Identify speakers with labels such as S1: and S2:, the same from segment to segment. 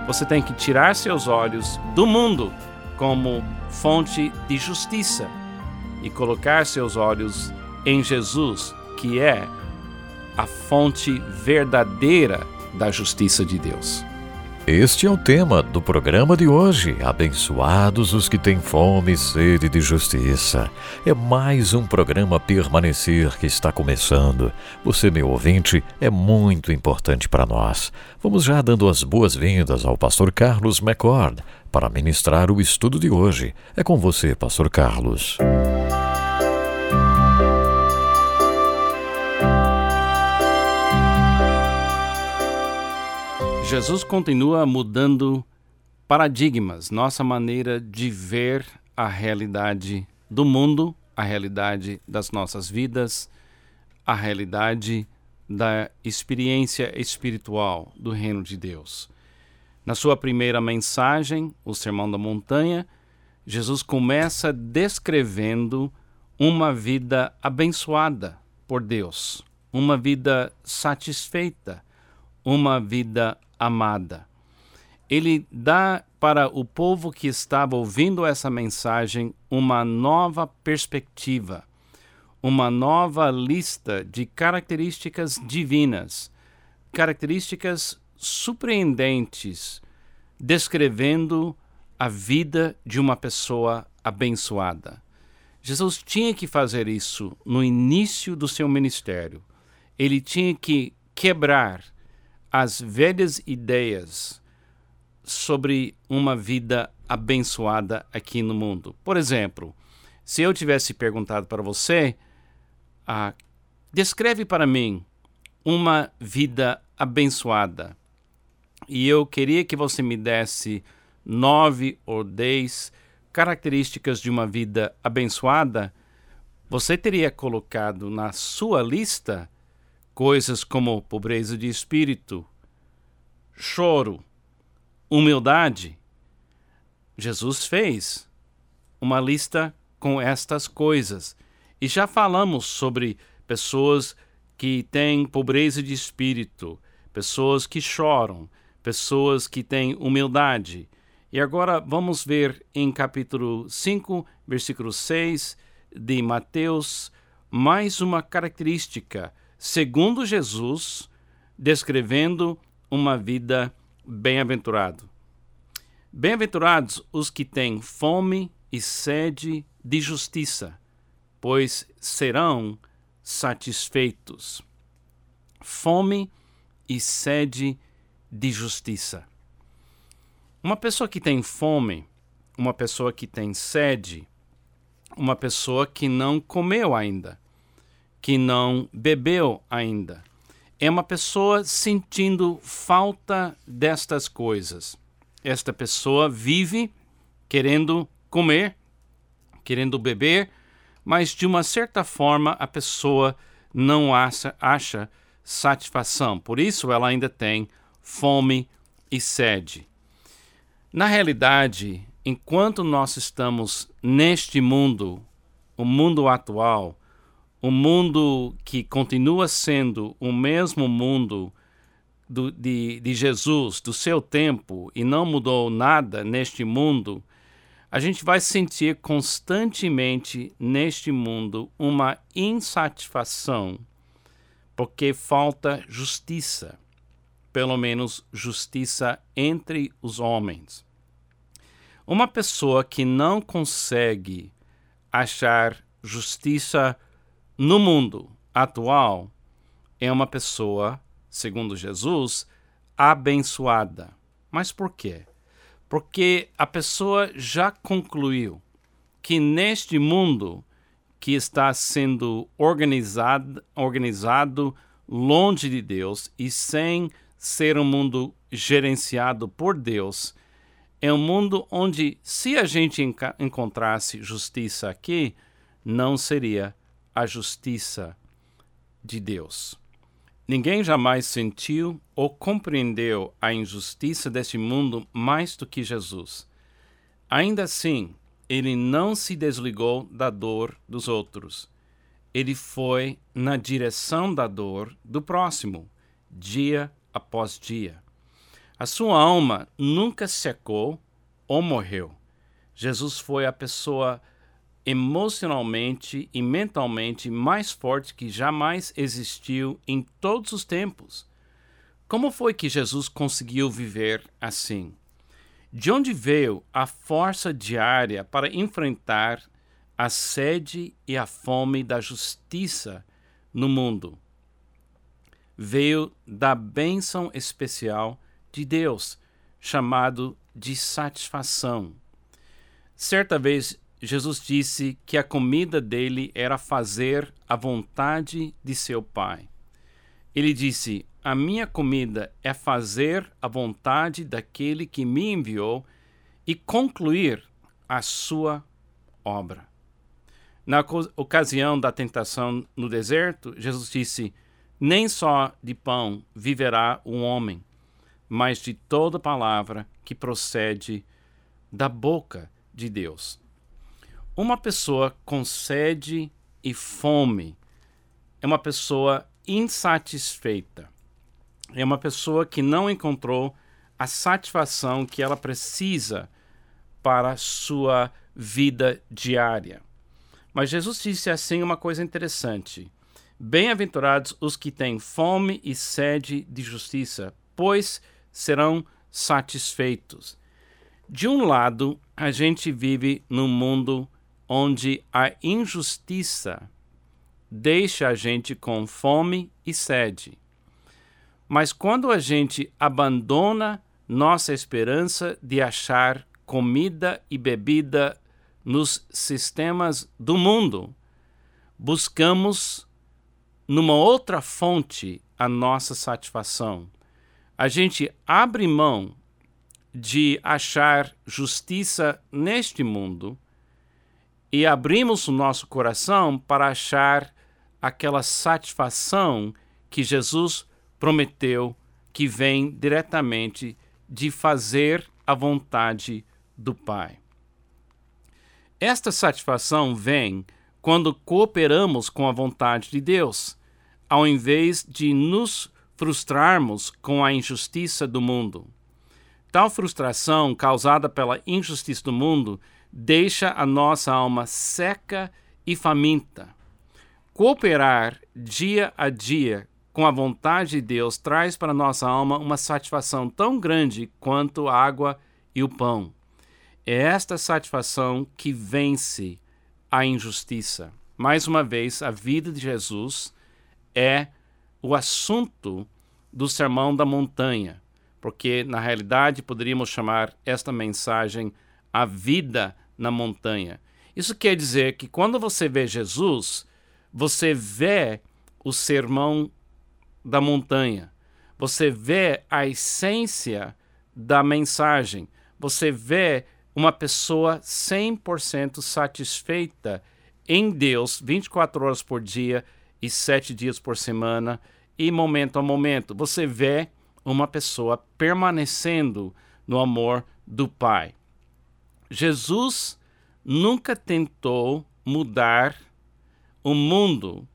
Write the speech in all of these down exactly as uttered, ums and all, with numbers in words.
S1: Você tem que tirar seus olhos do mundo como fonte de justiça e colocar seus olhos em Jesus, que é a fonte verdadeira da justiça de Deus.
S2: Este é o tema do programa de hoje. Abençoados os que têm fome e sede de justiça. É mais um programa Permanecer que está começando. Você, meu ouvinte, é muito importante para nós. Vamos já dando as boas-vindas ao pastor Carlos McCord para ministrar o estudo de hoje. É com você, pastor Carlos.
S1: Jesus continua mudando paradigmas, nossa maneira de ver a realidade do mundo, a realidade das nossas vidas, a realidade da experiência espiritual do Reino de Deus. Na sua primeira mensagem, o Sermão da Montanha, Jesus começa descrevendo uma vida abençoada por Deus, uma vida satisfeita, uma vida amada. Ele dá para o povo que estava ouvindo essa mensagem uma nova perspectiva, uma nova lista de características divinas, características surpreendentes, descrevendo a vida de uma pessoa abençoada. Jesus tinha que fazer isso no início do seu ministério. Ele tinha que quebrar as velhas ideias sobre uma vida abençoada aqui no mundo. Por exemplo, se eu tivesse perguntado para você, ah, descreve para mim uma vida abençoada, e eu queria que você me desse nove ou dez características de uma vida abençoada, você teria colocado na sua lista coisas como pobreza de espírito, choro, humildade. Jesus fez uma lista com estas coisas. E já falamos sobre pessoas que têm pobreza de espírito, pessoas que choram, pessoas que têm humildade. E agora vamos ver em capítulo cinco, versículo seis de Mateus, mais uma característica segundo Jesus, descrevendo uma vida bem-aventurada. Bem-aventurados os que têm fome e sede de justiça, pois serão satisfeitos. Fome e sede de justiça. Uma pessoa que tem fome, uma pessoa que tem sede, uma pessoa que não comeu ainda, que não bebeu ainda. É uma pessoa sentindo falta destas coisas. Esta pessoa vive querendo comer, querendo beber, mas de uma certa forma a pessoa não acha, acha satisfação. Por isso ela ainda tem fome e sede. Na realidade, enquanto nós estamos neste mundo, o mundo atual, o mundo que continua sendo o mesmo mundo do, de, de Jesus, do seu tempo, e não mudou nada neste mundo, a gente vai sentir constantemente neste mundo uma insatisfação, porque falta justiça, pelo menos justiça entre os homens. Uma pessoa que não consegue achar justiça no mundo atual é uma pessoa, segundo Jesus, abençoada. Mas por quê? Porque a pessoa já concluiu que neste mundo que está sendo organizado, organizado longe de Deus e sem ser um mundo gerenciado por Deus, é um mundo onde, se a gente enca- encontrasse justiça aqui, não seria a justiça de Deus. Ninguém jamais sentiu ou compreendeu a injustiça deste mundo mais do que Jesus. Ainda assim, ele não se desligou da dor dos outros. Ele foi na direção da dor do próximo, dia após dia. A sua alma nunca secou ou morreu. Jesus foi a pessoa emocionalmente e mentalmente mais forte que jamais existiu em todos os tempos. Como foi que Jesus conseguiu viver assim? De onde veio a força diária para enfrentar a sede e a fome da justiça no mundo? Veio da bênção especial de Deus, chamado de satisfação. Certa vez, Jesus disse que a comida dele era fazer a vontade de seu Pai. Ele disse: a minha comida é fazer a vontade daquele que me enviou e concluir a sua obra. Na ocasião da tentação no deserto, Jesus disse: nem só de pão viverá o homem, mas de toda palavra que procede da boca de Deus. Uma pessoa com sede e fome é uma pessoa insatisfeita. É uma pessoa que não encontrou a satisfação que ela precisa para a sua vida diária. Mas Jesus disse assim uma coisa interessante: bem-aventurados os que têm fome e sede de justiça, pois serão satisfeitos. De um lado, a gente vive num mundo onde a injustiça deixa a gente com fome e sede. Mas quando a gente abandona nossa esperança de achar comida e bebida nos sistemas do mundo, buscamos numa outra fonte a nossa satisfação. A gente abre mão de achar justiça neste mundo e abrimos o nosso coração para achar aquela satisfação que Jesus prometeu, que vem diretamente de fazer a vontade do Pai. Esta satisfação vem quando cooperamos com a vontade de Deus, ao invés de nos frustrarmos com a injustiça do mundo. Tal frustração causada pela injustiça do mundo deixa a nossa alma seca e faminta. Cooperar dia a dia com a vontade de Deus traz para a nossa alma uma satisfação tão grande quanto a água e o pão. É esta satisfação que vence a injustiça. Mais uma vez, a vida de Jesus é o assunto do Sermão da Montanha, porque, na realidade, poderíamos chamar esta mensagem a vida na montanha. Isso quer dizer que quando você vê Jesus, você vê o Sermão da Montanha, você vê a essência da mensagem, você vê uma pessoa cem por cento satisfeita em Deus, vinte e quatro horas por dia e sete dias por semana e momento a momento. Você vê uma pessoa permanecendo no amor do Pai. Jesus nunca tentou mudar o mundo.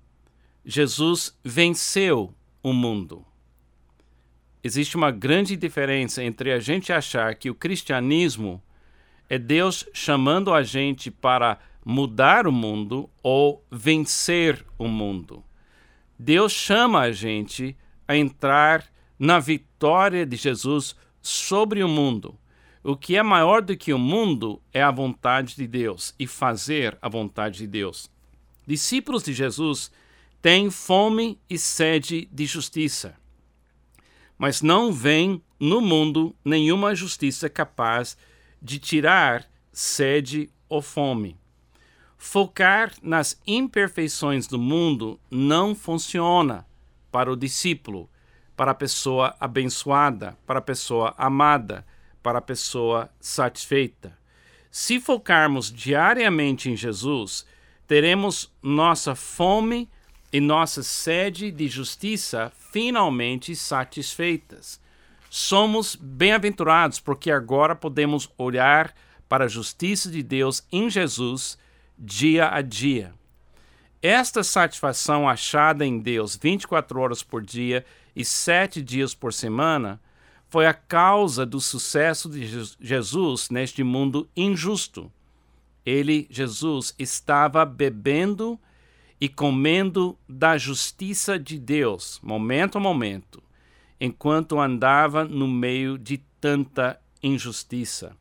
S1: Jesus venceu o mundo. Existe uma grande diferença entre a gente achar que o cristianismo é Deus chamando a gente para mudar o mundo ou vencer o mundo. Deus chama a gente a entrar na vitória de Jesus sobre o mundo. O que é maior do que o mundo é a vontade de Deus e fazer a vontade de Deus. Discípulos de Jesus têm fome e sede de justiça, mas não vem no mundo nenhuma justiça capaz de tirar sede ou fome. Focar nas imperfeições do mundo não funciona para o discípulo, para a pessoa abençoada, para a pessoa amada, para a pessoa satisfeita. Se focarmos diariamente em Jesus, teremos nossa fome e nossa sede de justiça finalmente satisfeitas. Somos bem-aventurados porque agora podemos olhar para a justiça de Deus em Jesus dia a dia. Esta satisfação achada em Deus vinte e quatro horas por dia e sete dias por semana foi a causa do sucesso de Jesus neste mundo injusto. Ele, Jesus, estava bebendo e comendo da justiça de Deus, momento a momento, enquanto andava no meio de tanta injustiça.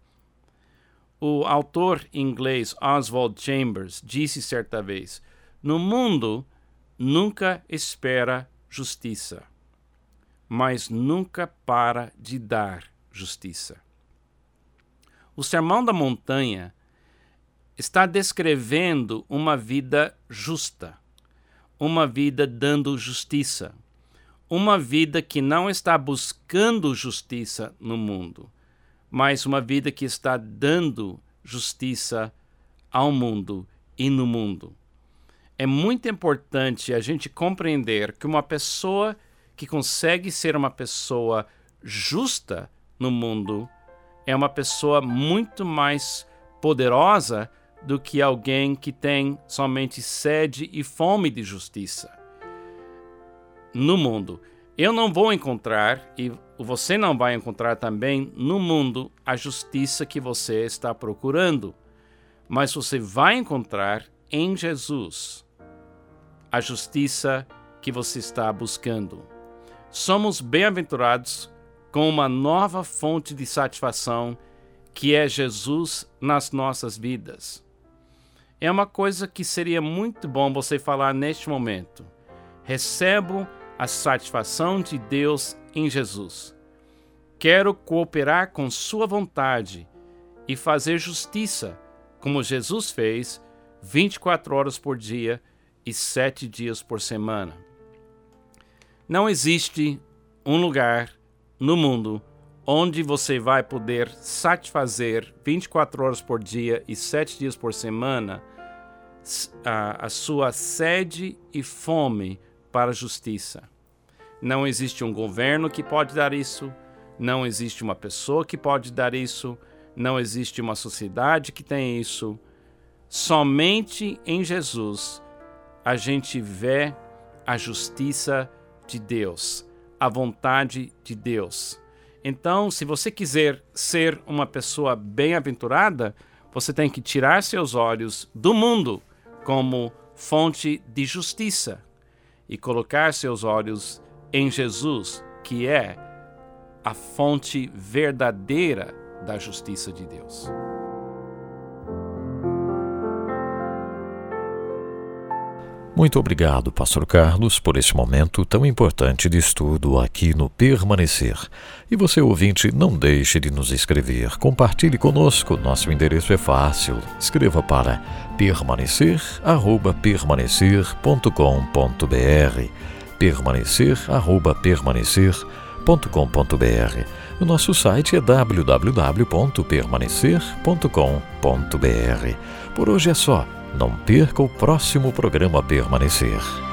S1: O autor inglês Oswald Chambers disse certa vez: no mundo nunca espera justiça, mas nunca para de dar justiça. O Sermão da Montanha está descrevendo uma vida justa, uma vida dando justiça, uma vida que não está buscando justiça no mundo, mas uma vida que está dando justiça ao mundo e no mundo. É muito importante a gente compreender que uma pessoa que consegue ser uma pessoa justa no mundo é uma pessoa muito mais poderosa do que alguém que tem somente sede e fome de justiça no mundo. Eu não vou encontrar, e você não vai encontrar também no mundo, a justiça que você está procurando, mas você vai encontrar em Jesus a justiça que você está buscando. Somos bem-aventurados com uma nova fonte de satisfação, que é Jesus nas nossas vidas. É uma coisa que seria muito bom você falar neste momento. Recebo a satisfação de Deus em Jesus. Quero cooperar com sua vontade e fazer justiça, como Jesus fez, vinte e quatro horas por dia e sete dias por semana. Não existe um lugar no mundo onde você vai poder satisfazer vinte e quatro horas por dia e sete dias por semana a, a sua sede e fome para a justiça. Não existe um governo que pode dar isso, não existe uma pessoa que pode dar isso, não existe uma sociedade que tem isso. Somente em Jesus a gente vê a justiça de Deus, a vontade de Deus. Então, se você quiser ser uma pessoa bem-aventurada, você tem que tirar seus olhos do mundo como fonte de justiça e colocar seus olhos em Jesus, que é a fonte verdadeira da justiça de Deus.
S2: Muito obrigado, Pastor Carlos, por esse momento tão importante de estudo aqui no Permanecer. E você, ouvinte, não deixe de nos escrever. Compartilhe conosco. Nosso endereço é fácil. Escreva para permanecer arroba permanecer ponto com ponto br. Permanecer arroba permanecer ponto com ponto br. O nosso site é w w w ponto permanecer ponto com ponto br. Por hoje é só. Não perca o próximo programa Permanecer.